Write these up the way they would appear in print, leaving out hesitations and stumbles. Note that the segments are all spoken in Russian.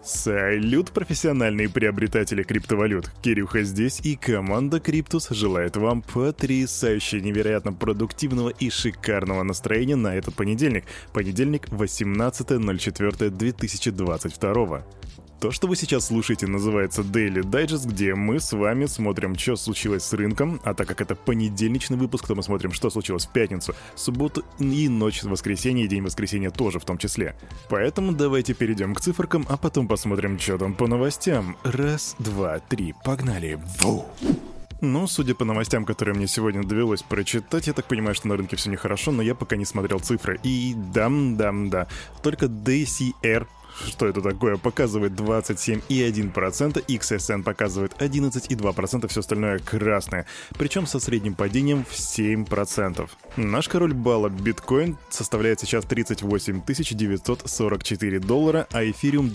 Салют, профессиональные приобретатели криптовалют. Кирюха здесь, и команда Криптус желает вам потрясающе, невероятно продуктивного и шикарного настроения на этот понедельник. Понедельник, 18.04.2022. То, что вы сейчас слушаете, называется Daily Digest, где мы с вами смотрим, что случилось с рынком, а так как это понедельничный выпуск, то мы смотрим, что случилось в пятницу, субботу и ночь воскресенья, и день воскресенья тоже в том числе. Поэтому давайте перейдем к циферкам, а потом посмотрим, что там по новостям. Раз, два, три, погнали! Ву! Ну, судя по новостям, которые мне сегодня довелось прочитать, я так понимаю, что на рынке все нехорошо, но я пока не смотрел цифры. И да, только DCR, что это такое, показывает 27,1%, XSN показывает 11,2%, все остальное красное, причем со средним падением в 7%. Наш король бала биткоин составляет сейчас $38 944, а эфириум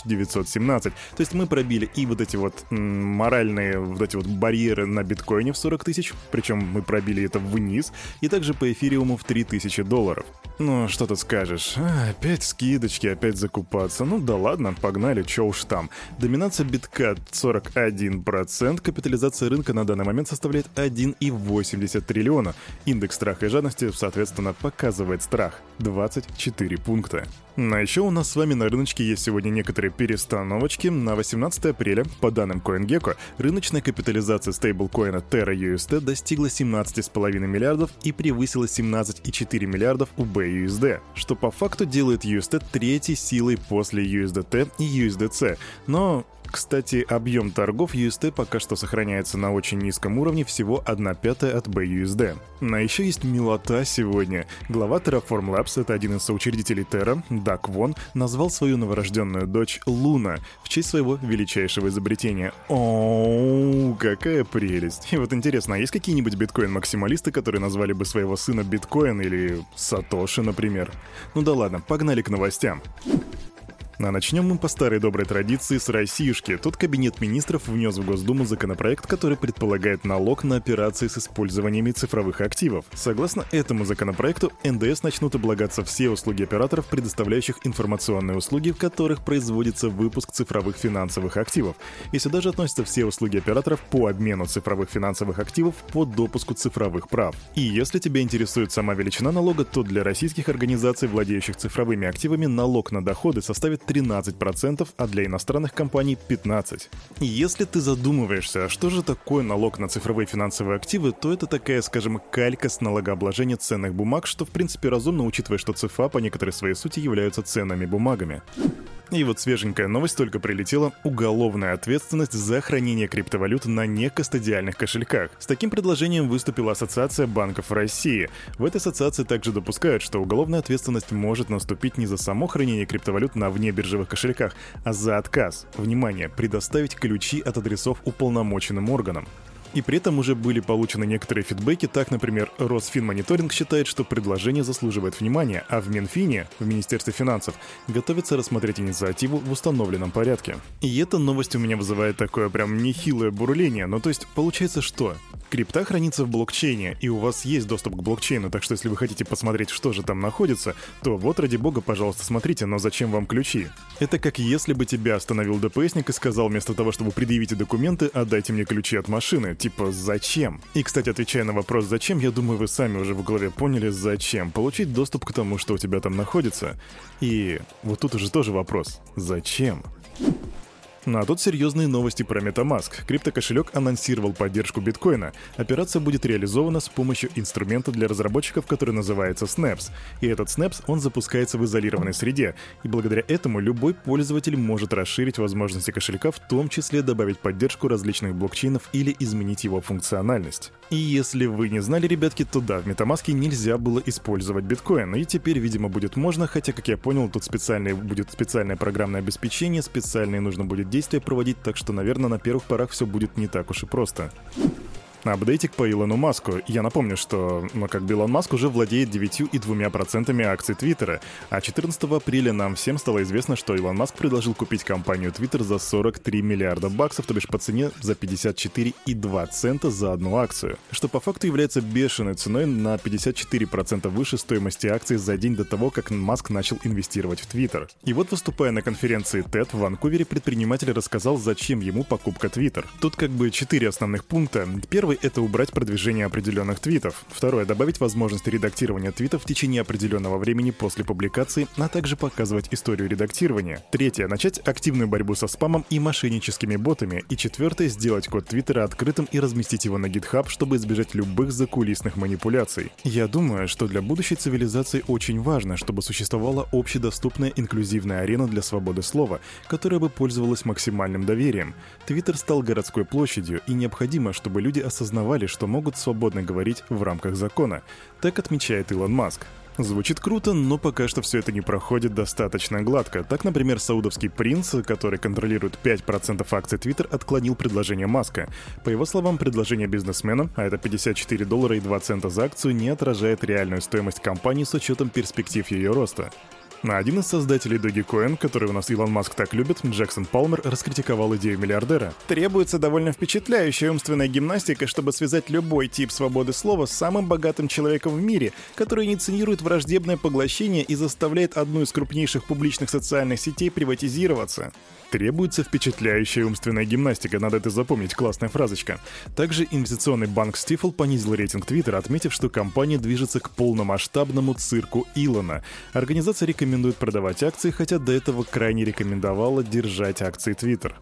2917. То есть мы пробили и вот эти вот моральные барьеры на биткоине в 40 тысяч, причем мы пробили это вниз, и также по эфириуму в $3000. Ну, что тут скажешь, опять скидочки, опять закупаться. Ну да ладно, погнали, чё уж там. Доминация битка 41%, капитализация рынка на данный момент составляет 1,80 триллиона. Индекс страха и жадности, соответственно, показывает страх 24 пункта. А еще у нас с вами на рыночке есть сегодня некоторые перестановочки. На 18 апреля, по данным CoinGecko, рыночная капитализация стейблкоина Terra USD достигла 17,5 миллиардов и превысила 17,4 миллиардов у BUSD, что по факту делает USD третьей силой после USDT и USDC. Но, кстати, объем торгов USD пока что сохраняется на очень низком уровне, всего 1/5 от BUSD. А еще есть милота сегодня. Глава Terraform Labs, это один из соучредителей Terra, Дак Вон, назвал свою новорожденную дочь Луна в честь своего величайшего изобретения. Оу, какая прелесть. И вот интересно, а есть какие-нибудь биткоин-максималисты, которые назвали бы своего сына биткоин или Сатоши, например? Ну да ладно, погнали к новостям. А начнем мы по старой доброй традиции с Россиюшки. Тут Кабинет министров внес в Госдуму законопроект, который предполагает налог на операции с использованием цифровых активов. Согласно этому законопроекту, НДС начнут облагаться все услуги операторов, предоставляющих информационные услуги, в которых производится выпуск цифровых финансовых активов. И сюда же относятся все услуги операторов по обмену цифровых финансовых активов по допуску цифровых прав. И если тебя интересует сама величина налога, то для российских организаций, владеющих цифровыми активами, налог на доходы составит 13%, а для иностранных компаний 15%. И если ты задумываешься, а что же такое налог на цифровые финансовые активы, то это такая, скажем, калька с налогообложения ценных бумаг, что в принципе разумно, учитывая, что ЦФА по некоторой своей сути являются ценными бумагами. И вот свеженькая новость только прилетела: уголовная ответственность за хранение криптовалют на некастодиальных кошельках. С таким предложением выступила Ассоциация банков России. В этой ассоциации также допускают, что уголовная ответственность может наступить не за само хранение криптовалют на внебиржевых кошельках, а за отказ, внимание, предоставить ключи от адресов уполномоченным органам. И при этом уже были получены некоторые фидбэки. Так, например, Росфинмониторинг считает, что предложение заслуживает внимания, а в Минфине, в Министерстве финансов, готовится рассмотреть инициативу в установленном порядке. И эта новость у меня вызывает такое прям нехилое бурление. Ну то есть, получается что? Крипта хранится в блокчейне, и у вас есть доступ к блокчейну, так что если вы хотите посмотреть, что же там находится, то вот ради бога, пожалуйста, смотрите, но зачем вам ключи? Это как если бы тебя остановил ДПСник и сказал, вместо того, чтобы предъявите документы, отдайте мне ключи от машины. Типа, зачем? И, кстати, отвечая на вопрос «зачем?», я думаю, вы сами уже в голове поняли, зачем. Получить доступ к тому, что у тебя там находится. И вот тут уже тоже вопрос «зачем?». Ну а тут серьезные новости про MetaMask. Криптокошелек анонсировал поддержку биткоина. Операция будет реализована с помощью инструмента для разработчиков, который называется Snaps. И этот Snaps, он запускается в изолированной среде. И благодаря этому любой пользователь может расширить возможности кошелька, в том числе добавить поддержку различных блокчейнов или изменить его функциональность. И если вы не знали, ребятки, то да, в MetaMask нельзя было использовать биткоин. И теперь, видимо, будет можно, хотя, как я понял, тут будет специальное программное обеспечение, специальные нужно будет действия проводить, так что, наверное, на первых порах все будет не так уж и просто. Апдейтик по Илону Маску. Я напомню, что Илон Маск уже владеет 9,2% акций Твиттера, а 14 апреля нам всем стало известно, что Илон Маск предложил купить компанию Твиттер за 43 миллиарда баксов, то бишь по цене за 54,2 цента за одну акцию, что по факту является бешеной ценой на 54% выше стоимости акций за день до того, как Маск начал инвестировать в Твиттер. И вот, выступая на конференции TED в Ванкувере, предприниматель рассказал, зачем ему покупка Твиттер. Тут 4 основных пункта. Первый — это убрать продвижение определенных твитов. Второе — добавить возможность редактирования твитов в течение определенного времени после публикации, а также показывать историю редактирования. Третье — начать активную борьбу со спамом и мошенническими ботами. И четвертое — сделать код Твиттера открытым и разместить его на GitHub, чтобы избежать любых закулисных манипуляций. Я думаю, что для будущей цивилизации очень важно, чтобы существовала общедоступная инклюзивная арена для свободы слова, которая бы пользовалась максимальным доверием. Твиттер стал городской площадью, и необходимо, чтобы люди осознавали, что могут свободно говорить в рамках закона. Так отмечает Илон Маск. Звучит круто, но пока что все это не проходит достаточно гладко. Так, например, саудовский принц, который контролирует 5% акций Twitter, отклонил предложение Маска. По его словам, предложение бизнесмена, а это $54.02 за акцию, не отражает реальную стоимость компании с учетом перспектив ее роста. Один из создателей Dogecoin, который у нас Илон Маск так любит, Джексон Палмер, раскритиковал идею миллиардера. Требуется довольно впечатляющая умственная гимнастика, чтобы связать любой тип свободы слова с самым богатым человеком в мире, который инициирует враждебное поглощение и заставляет одну из крупнейших публичных социальных сетей приватизироваться. Требуется впечатляющая умственная гимнастика, надо это запомнить, классная фразочка. Также инвестиционный банк Stifel понизил рейтинг Twitter, отметив, что компания движется к полномасштабному цирку Илона. Организация рекомендует продавать акции, хотя до этого крайне рекомендовала держать акции Twitter.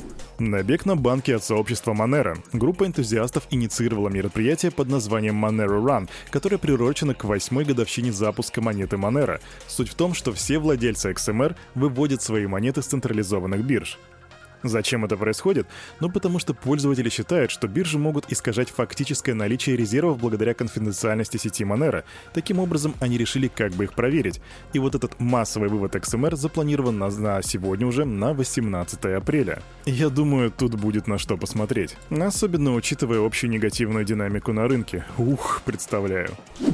Набег на банки от сообщества Monero. Группа энтузиастов инициировала мероприятие под названием Monero Run, которое приурочено к 8-й годовщине запуска монеты Monero. Суть в том, что все владельцы XMR выводят свои монеты с централизованных бирж. Зачем это происходит? Потому что пользователи считают, что биржи могут искажать фактическое наличие резервов благодаря конфиденциальности сети Monero. Таким образом, они решили, как бы их проверить. И вот этот массовый вывод XMR запланирован на сегодня уже, на 18 апреля. Я думаю, тут будет на что посмотреть. Особенно учитывая общую негативную динамику на рынке. Представляю.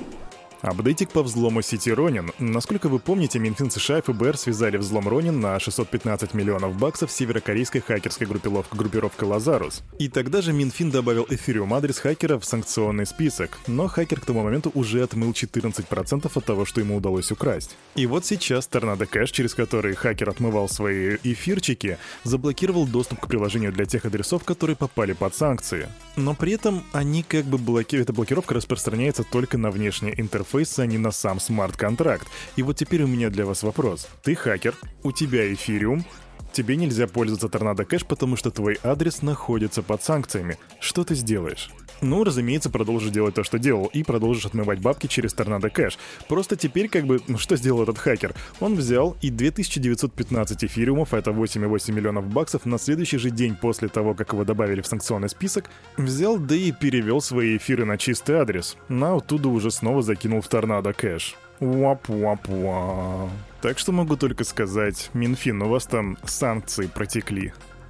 Апдейтик по взлому сети Ronin. Насколько вы помните, Минфин США и ФБР связали взлом Ronin на 615 миллионов баксов северокорейской хакерской группировкой Lazarus. И тогда же Минфин добавил Ethereum адрес хакера в санкционный список. Но хакер к тому моменту уже отмыл 14% от того, что ему удалось украсть. И вот сейчас Tornado Cash, через который хакер отмывал свои эфирчики, заблокировал доступ к приложению для тех адресов, которые попали под санкции. Но при этом эта блокировка распространяется только на внешний интерфейс, а не на сам смарт-контракт. И вот теперь у меня для вас вопрос. Ты хакер, у тебя эфириум, тебе нельзя пользоваться Tornado Cash, потому что твой адрес находится под санкциями. Что ты сделаешь? Разумеется, продолжишь делать то, что делал, и продолжишь отмывать бабки через Tornado Cash. Просто теперь что сделал этот хакер? Он взял и 2915 эфириумов, это 8,8 миллионов баксов, на следующий же день после того, как его добавили в санкционный список, взял да и перевел свои эфиры на чистый адрес. Оттуда уже снова закинул в Tornado Cash. Уап-уап-уап. Так что могу только сказать, Минфин, у вас там санкции протекли.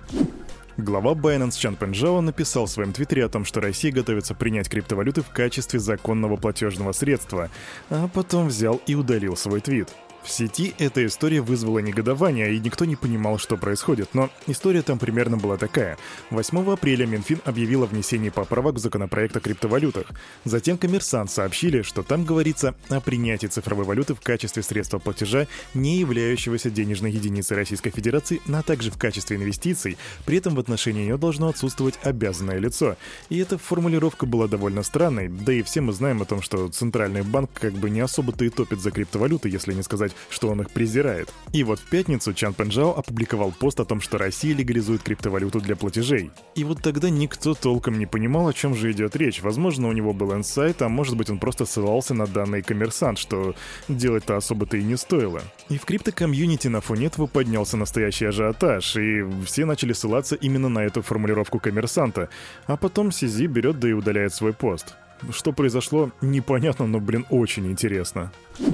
Глава Binance Чанпэн Чжао написал в своем твиттере о том, что Россия готовится принять криптовалюты в качестве законного платежного средства, а потом взял и удалил свой твит. В сети эта история вызвала негодование, и никто не понимал, что происходит, но история там примерно была такая. 8 апреля Минфин объявил о внесении поправок в законопроект о криптовалютах. Затем «Коммерсант» сообщили, что там говорится о принятии цифровой валюты в качестве средства платежа, не являющегося денежной единицей Российской Федерации, а также в качестве инвестиций, при этом в отношении нее должно отсутствовать обязанное лицо. И эта формулировка была довольно странной, да и все мы знаем о том, что Центральный банк не особо-то и топит за криптовалюты, если не сказать, что он их презирает. И вот в пятницу Чанпэн Чжао опубликовал пост о том, что Россия легализует криптовалюту для платежей. И вот тогда никто толком не понимал, о чем же идет речь. Возможно, у него был инсайт, а может быть, он просто ссылался на данные «Коммерсант», что делать-то особо-то и не стоило. И в крипто-комьюнити на фоне этого поднялся настоящий ажиотаж, и все начали ссылаться именно на эту формулировку «Коммерсанта». А потом CZ берет да и удаляет свой пост. Что произошло, непонятно, но, очень интересно.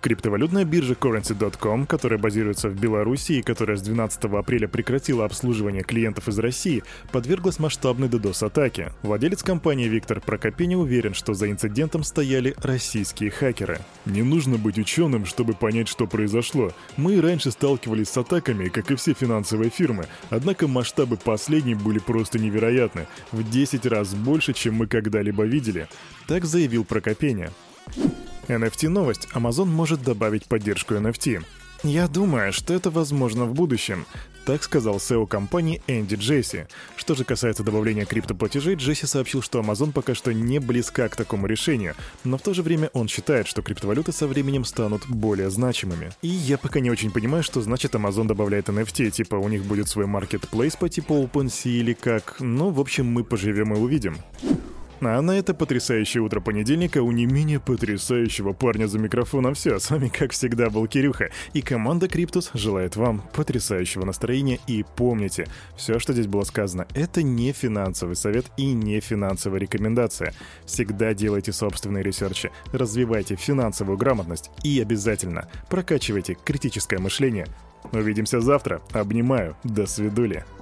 Криптовалютная биржа Currency.com, которая базируется в Беларуси и которая с 12 апреля прекратила обслуживание клиентов из России, подверглась масштабной DDoS-атаке. Владелец компании Виктор Прокопеня уверен, что за инцидентом стояли российские хакеры. «Не нужно быть ученым, чтобы понять, что произошло. Мы и раньше сталкивались с атаками, как и все финансовые фирмы, однако масштабы последней были просто невероятны, в 10 раз больше, чем мы когда-либо видели», — так заявил Прокопеня. NFT-новость. Amazon может добавить поддержку NFT. «Я думаю, что это возможно в будущем», — так сказал SEO компании Энди Джесси. Что же касается добавления криптоплатежей, Джесси сообщил, что Amazon пока что не близка к такому решению, но в то же время он считает, что криптовалюты со временем станут более значимыми. И я пока не очень понимаю, что значит Amazon добавляет NFT, типа у них будет свой маркетплейс по типу OpenSea или как, ну, в общем, мы поживем и увидим. А на это потрясающее утро понедельника у не менее потрясающего парня за микрофоном все. С вами, как всегда, был Кирюха. И команда Криптус желает вам потрясающего настроения. И помните, все, что здесь было сказано, это не финансовый совет и не финансовая рекомендация. Всегда делайте собственные ресерчи, развивайте финансовую грамотность и обязательно прокачивайте критическое мышление. Увидимся завтра. Обнимаю. До свидули.